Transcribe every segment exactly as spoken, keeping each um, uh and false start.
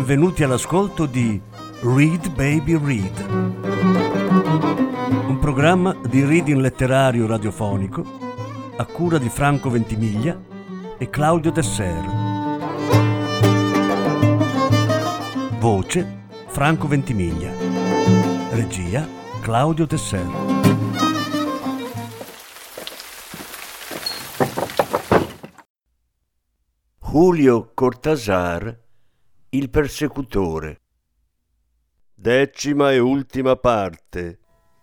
benvenuti all'ascolto di Read Baby Read, un programma di reading letterario radiofonico a cura di Franco Ventimiglia e Claudio Desser. Voce Franco Ventimiglia. Regia Claudio Desser. Julio Cortázar, il persecutore. Decima e ultima parte.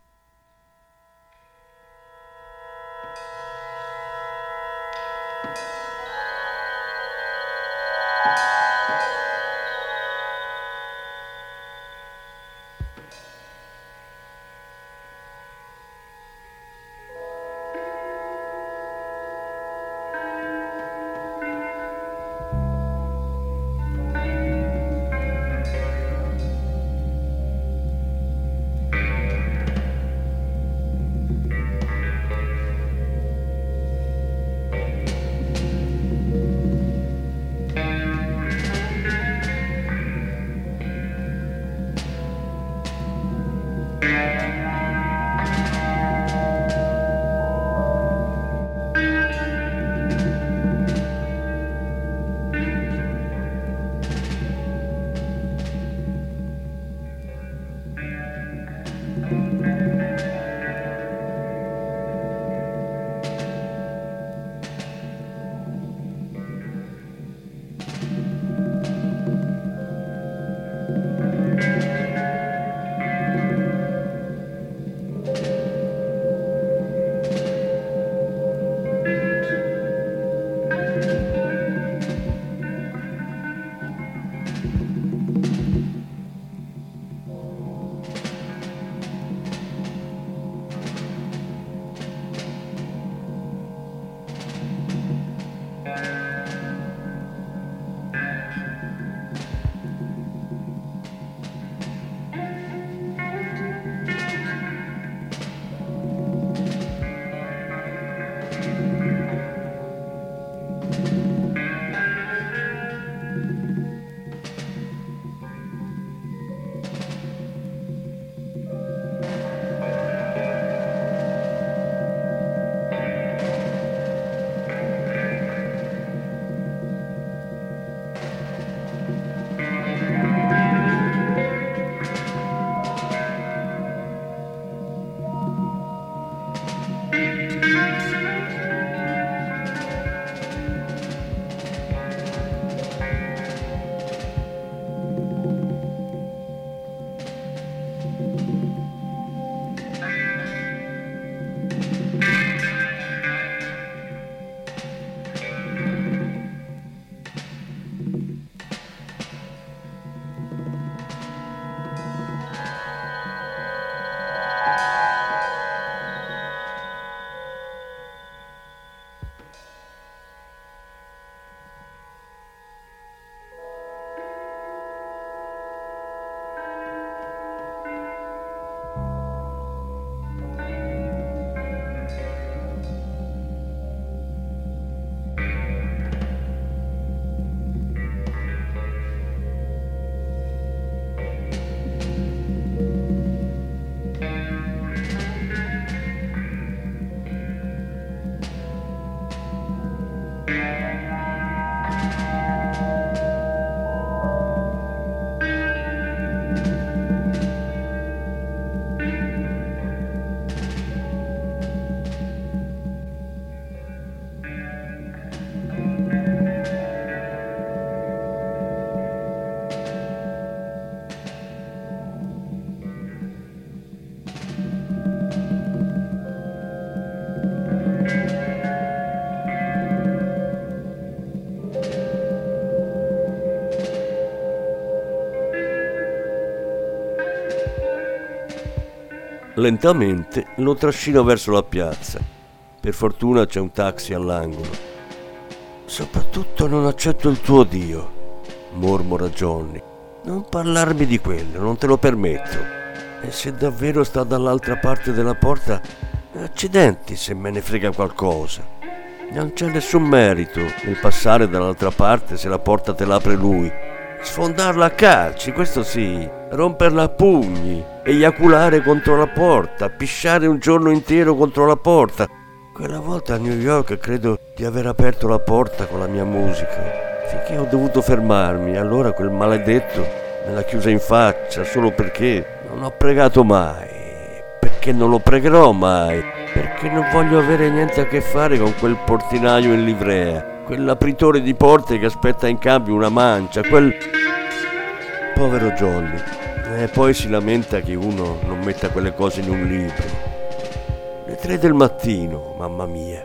Lentamente lo trascino verso la piazza. Per fortuna c'è un taxi all'angolo. Soprattutto non accetto il tuo Dio, mormora Johnny. Non parlarmi di quello, non te lo permetto. E se davvero sta dall'altra parte della porta, accidenti se me ne frega qualcosa. Non c'è nessun merito nel passare dall'altra parte se la porta te l'apre lui. Sfondarla a calci, questo sì, romperla a pugni, eiaculare contro la porta, pisciare un giorno intero contro la porta. Quella volta a New York credo di aver aperto la porta con la mia musica, finché ho dovuto fermarmi. Allora quel maledetto me l'ha chiusa in faccia solo perché non ho pregato mai, perché non lo pregherò mai, perché non voglio avere niente a che fare con quel portinaio in livrea, quell'apritore di porte che aspetta in cambio una mancia, quel povero Johnny. E poi si lamenta che uno non metta quelle cose in un libro. Le tre del mattino, mamma mia.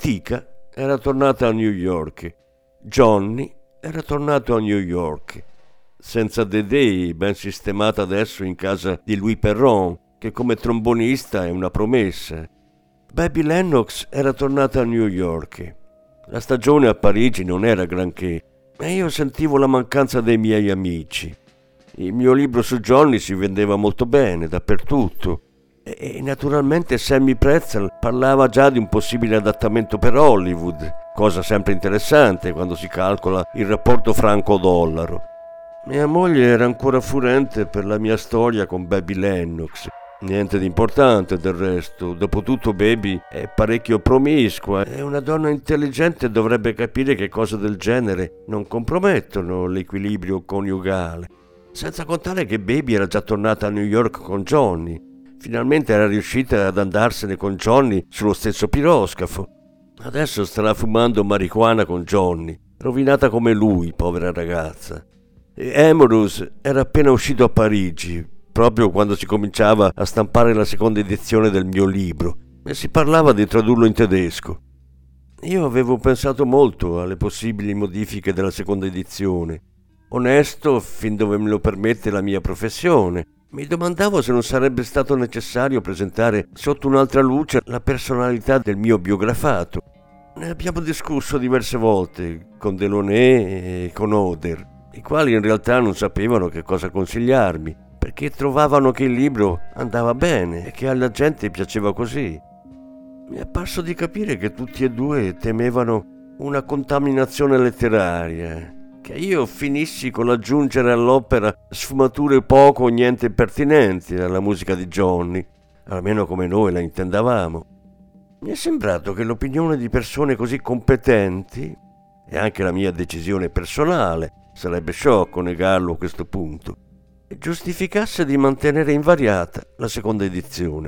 Tika era tornata a New York. Johnny era tornato a New York. Senza Dedé, ben sistemata adesso in casa di Louis Perron, che come trombonista è una promessa. Baby Lennox era tornata a New York. La stagione a Parigi non era granché, e io sentivo la mancanza dei miei amici. Il mio libro su Johnny si vendeva molto bene, dappertutto. E naturalmente Sammy Pretzel parlava già di un possibile adattamento per Hollywood, cosa sempre interessante quando si calcola il rapporto franco-dollaro. Mia moglie era ancora furente per la mia storia con Baby Lennox. Niente di importante del resto, dopotutto Baby è parecchio promiscua e una donna intelligente dovrebbe capire che cose del genere non compromettono l'equilibrio coniugale. Senza contare che Baby era già tornata a New York con Johnny. Finalmente era riuscita ad andarsene con Johnny sullo stesso piroscafo. Adesso starà fumando marijuana con Johnny, rovinata come lui, povera ragazza. E Amorous era appena uscito a Parigi, proprio quando si cominciava a stampare la seconda edizione del mio libro, e si parlava di tradurlo in tedesco. Io avevo pensato molto alle possibili modifiche della seconda edizione. Onesto fin dove me lo permette la mia professione. Mi domandavo se non sarebbe stato necessario presentare sotto un'altra luce la personalità del mio biografato. Ne abbiamo discusso diverse volte con Delaunay e con Oder, i quali in realtà non sapevano che cosa consigliarmi, perché trovavano che il libro andava bene e che alla gente piaceva così. Mi è parso di capire che tutti e due temevano una contaminazione letteraria, che io finissi con l'aggiungere all'opera sfumature poco o niente pertinenti alla musica di Johnny, almeno come noi la intendavamo. Mi è sembrato che l'opinione di persone così competenti, e anche la mia decisione personale, sarebbe sciocco negarlo a questo punto, giustificasse di mantenere invariata la seconda edizione.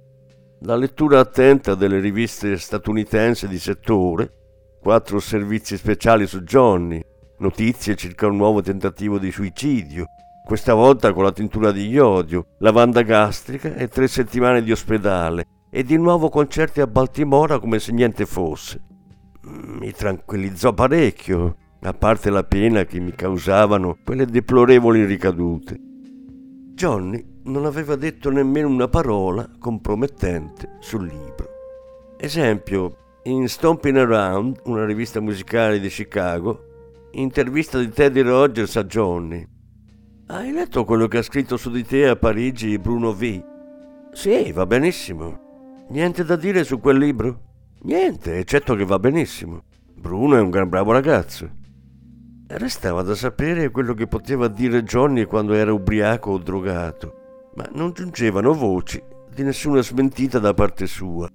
La lettura attenta delle riviste statunitensi di settore, quattro servizi speciali su Johnny, notizie circa un nuovo tentativo di suicidio, questa volta con la tintura di iodio, lavanda gastrica e tre settimane di ospedale, e di nuovo concerti a Baltimora come se niente fosse. Mi tranquillizzò parecchio, a parte la pena che mi causavano quelle deplorevoli ricadute. Johnny non aveva detto nemmeno una parola compromettente sul libro. Esempio, in Stomping Around, una rivista musicale di Chicago, intervista di Teddy Rogers a Johnny. Hai letto quello che ha scritto su di te a Parigi Bruno V? Sì, va benissimo. Niente da dire su quel libro? Niente, eccetto che va benissimo. Bruno è un gran bravo ragazzo. Restava da sapere quello che poteva dire Johnny quando era ubriaco o drogato, ma non giungevano voci di nessuna smentita da parte sua.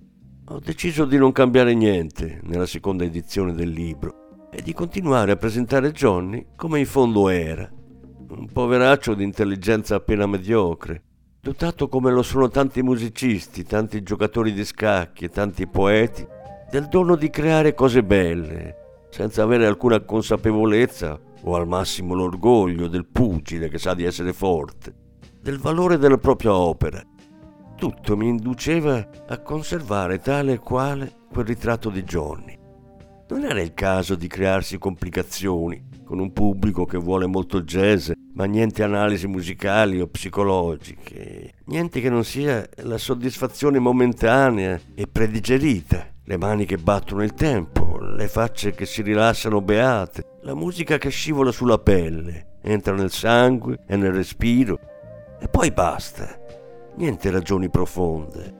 Ho deciso di non cambiare niente nella seconda edizione del libro e di continuare a presentare Johnny come in fondo era, un poveraccio di intelligenza appena mediocre, dotato come lo sono tanti musicisti, tanti giocatori di scacchi e tanti poeti, del dono di creare cose belle, senza avere alcuna consapevolezza o al massimo l'orgoglio del pugile che sa di essere forte, del valore della propria opera. Tutto mi induceva a conservare tale e quale quel ritratto di Johnny. Non era il caso di crearsi complicazioni con un pubblico che vuole molto jazz, ma niente analisi musicali o psicologiche, niente che non sia la soddisfazione momentanea e predigerita, le mani che battono il tempo, le facce che si rilassano beate, la musica che scivola sulla pelle, entra nel sangue e nel respiro, e poi basta, niente ragioni profonde.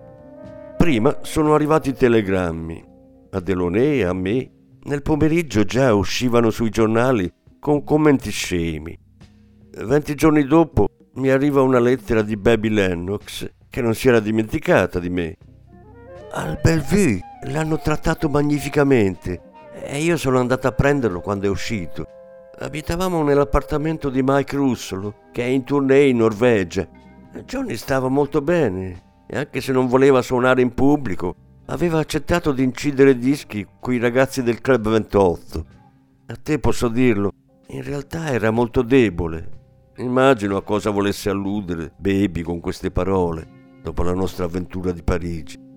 Prima sono arrivati i telegrammi, a Delaunay e a me. Nel pomeriggio già uscivano sui giornali con commenti scemi. Venti giorni dopo mi arriva una lettera di Baby Lennox che non si era dimenticata di me. Al Bellevue l'hanno trattato magnificamente e io sono andata a prenderlo quando è uscito. Abitavamo nell'appartamento di Mike Russolo, che è in tournée in Norvegia. Johnny stava molto bene e anche se non voleva suonare in pubblico, aveva accettato di incidere dischi coi ragazzi del Club ventotto. A te posso dirlo, in realtà era molto debole. Immagino a cosa volesse alludere Baby con queste parole, dopo la nostra avventura di Parigi.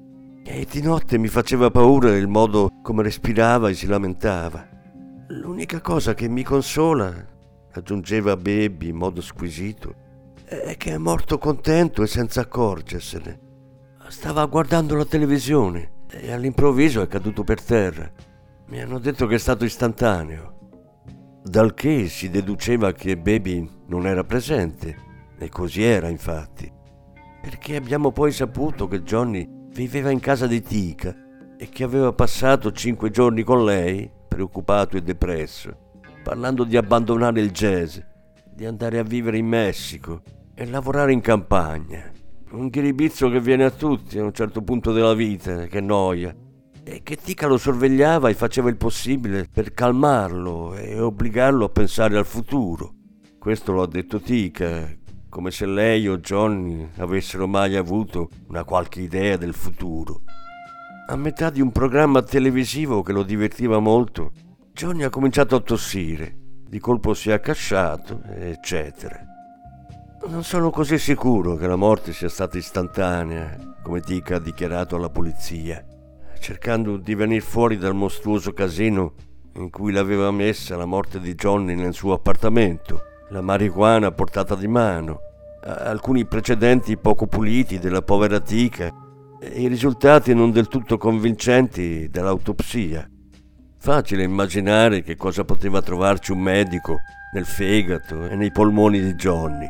E di notte mi faceva paura il modo come respirava e si lamentava. L'unica cosa che mi consola, aggiungeva Baby in modo squisito, è che è morto contento e senza accorgersene. Stava guardando la televisione e all'improvviso è caduto per terra. Mi hanno detto che è stato istantaneo. Dal che si deduceva che Baby non era presente, e così era infatti, perché abbiamo poi saputo che Johnny viveva in casa di Tika e che aveva passato cinque giorni con lei, preoccupato e depresso, parlando di abbandonare il jazz, di andare a vivere in Messico e lavorare in campagna. Un ghiribizzo che viene a tutti a un certo punto della vita, che noia, e che Tika lo sorvegliava e faceva il possibile per calmarlo e obbligarlo a pensare al futuro. Questo lo ha detto Tika, come se lei o Johnny avessero mai avuto una qualche idea del futuro. A metà di un programma televisivo che lo divertiva molto, Johnny ha cominciato a tossire, di colpo si è accasciato, eccetera. Non sono così sicuro che la morte sia stata istantanea, come Tika ha dichiarato alla polizia, cercando di venir fuori dal mostruoso casino in cui l'aveva messa la morte di Johnny nel suo appartamento, la marijuana a portata di mano, alcuni precedenti poco puliti della povera Tika e i risultati non del tutto convincenti dell'autopsia. Facile immaginare che cosa poteva trovarci un medico nel fegato e nei polmoni di Johnny.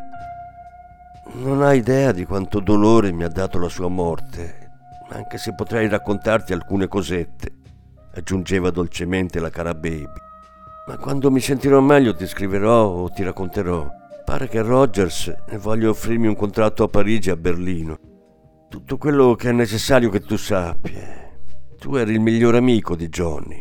Non hai idea di quanto dolore mi ha dato la sua morte, anche se potrei raccontarti alcune cosette, aggiungeva dolcemente la cara Baby. Ma quando mi sentirò meglio ti scriverò o ti racconterò. Pare che Rogers voglia offrirmi un contratto a Parigi e a Berlino. Tutto quello che è necessario che tu sappia. Tu eri il miglior amico di Johnny.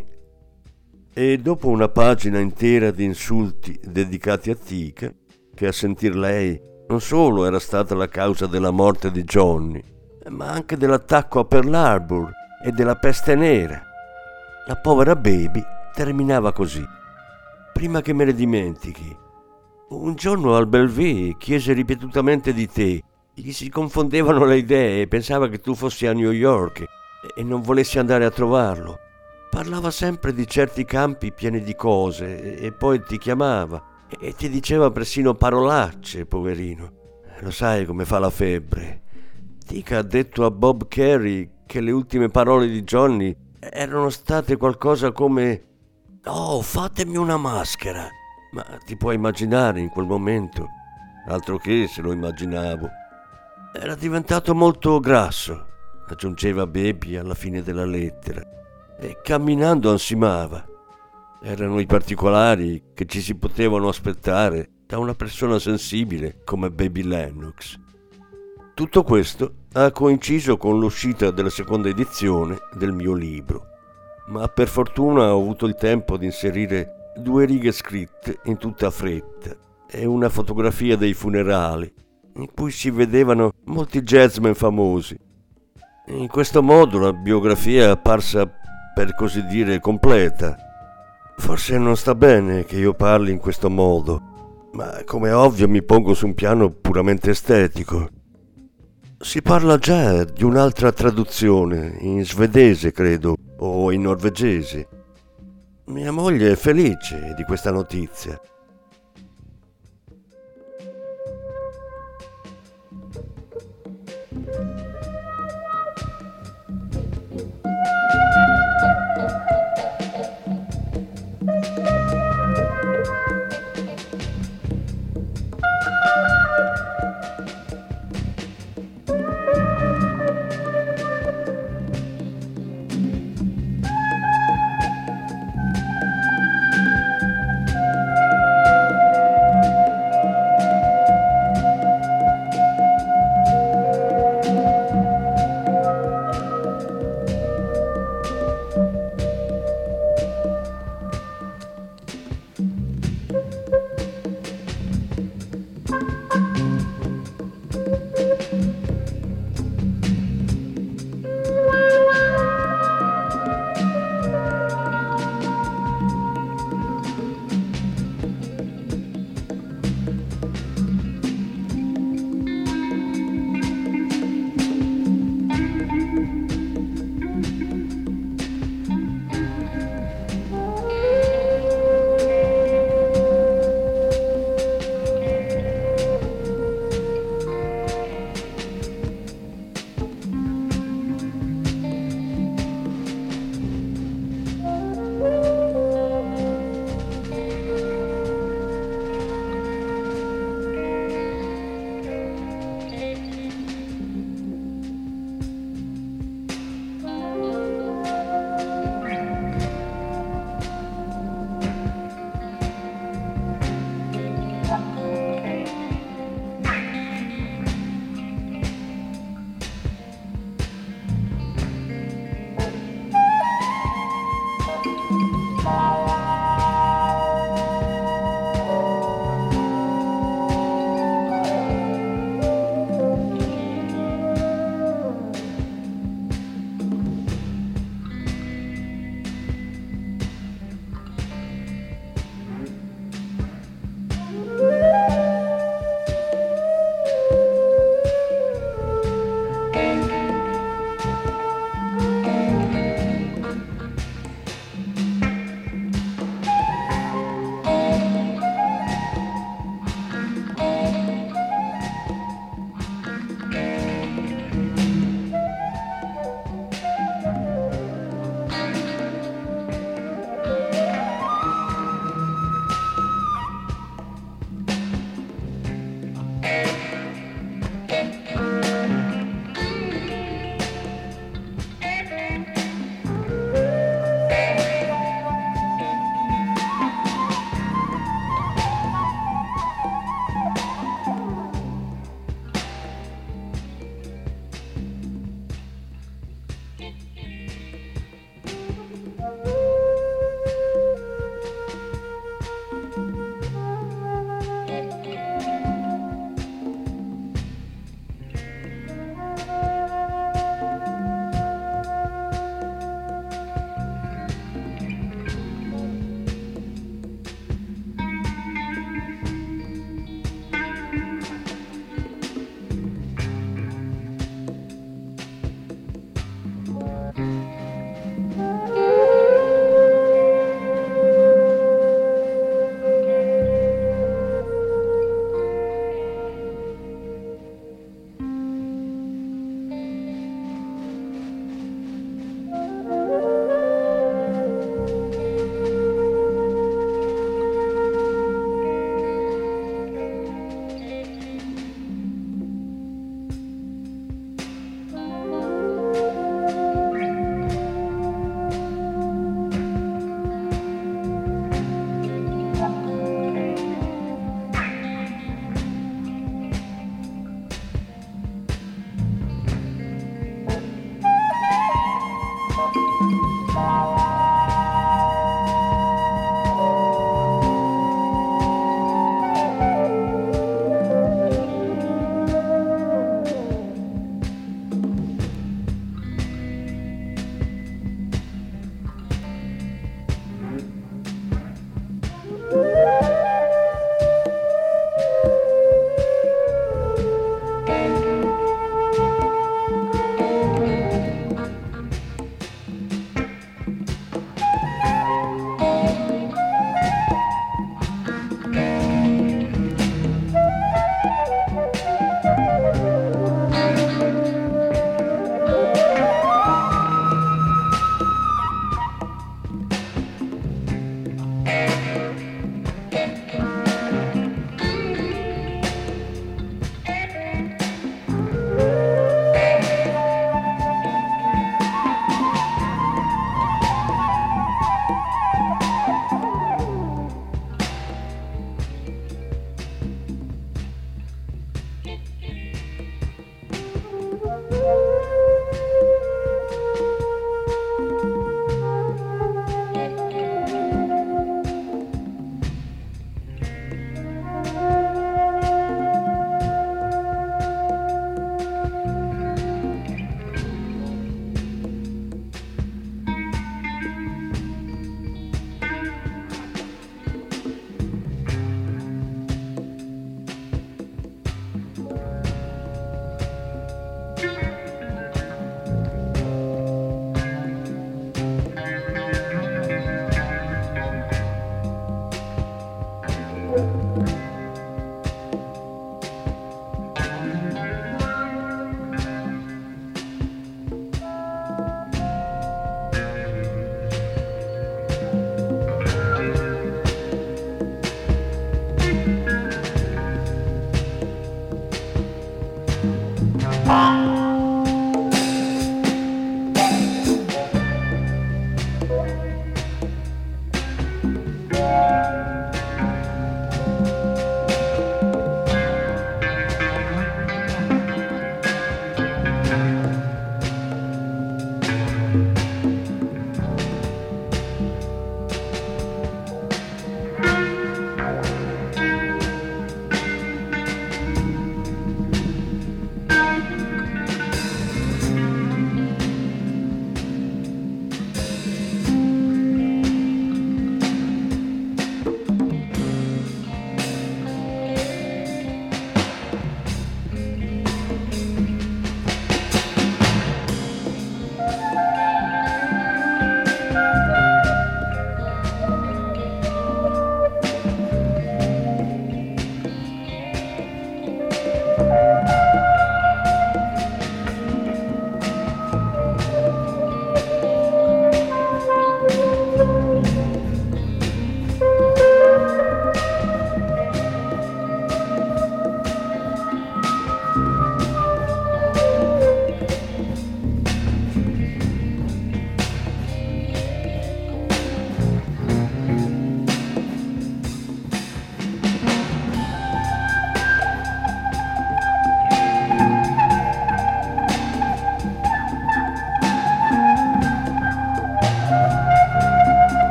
E dopo una pagina intera di insulti dedicati a Tika, che a sentir lei non solo era stata la causa della morte di Johnny, ma anche dell'attacco a Pearl Harbor e della peste nera, la povera Baby terminava così. Prima che me ne dimentichi, un giorno al Bellevue chiese ripetutamente di te. Gli si confondevano le idee e pensava che tu fossi a New York e non volessi andare a trovarlo. Parlava sempre di certi campi pieni di cose e poi ti chiamava e ti diceva persino parolacce, poverino. Lo sai come fa la febbre. Tika ha detto a Bob Carey che le ultime parole di Johnny erano state qualcosa come «Oh, fatemi una maschera!» Ma ti puoi immaginare in quel momento? Altro che se lo immaginavo. Era diventato molto grasso, aggiungeva Baby alla fine della lettera, e camminando ansimava. Erano i particolari che ci si potevano aspettare da una persona sensibile come Baby Lennox. Tutto questo ha coinciso con l'uscita della seconda edizione del mio libro, ma per fortuna ho avuto il tempo di inserire due righe scritte in tutta fretta e una fotografia dei funerali in cui si vedevano molti jazzmen famosi. In questo modo la biografia è apparsa, per così dire, completa. Forse non sta bene che io parli in questo modo, ma come è ovvio mi pongo su un piano puramente estetico. Si parla già di un'altra traduzione, in svedese credo, o in norvegese. Mia moglie è felice di questa notizia.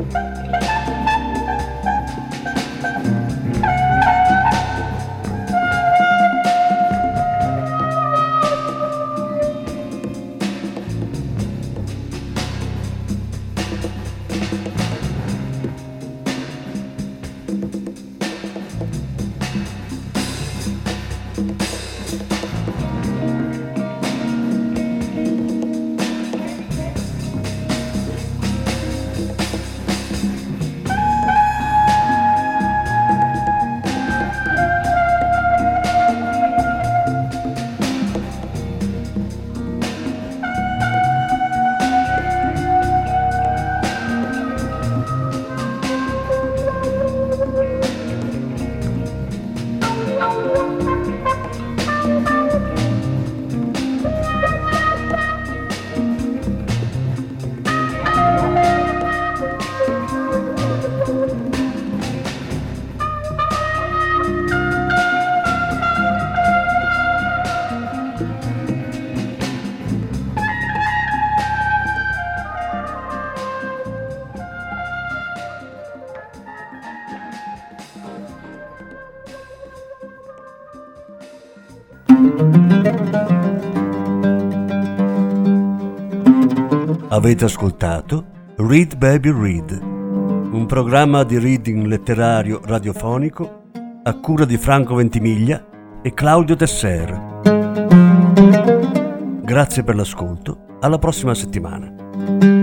Avete ascoltato Read Baby Read, un programma di reading letterario radiofonico a cura di Franco Ventimiglia e Claudio Tesser. Grazie per l'ascolto, alla prossima settimana.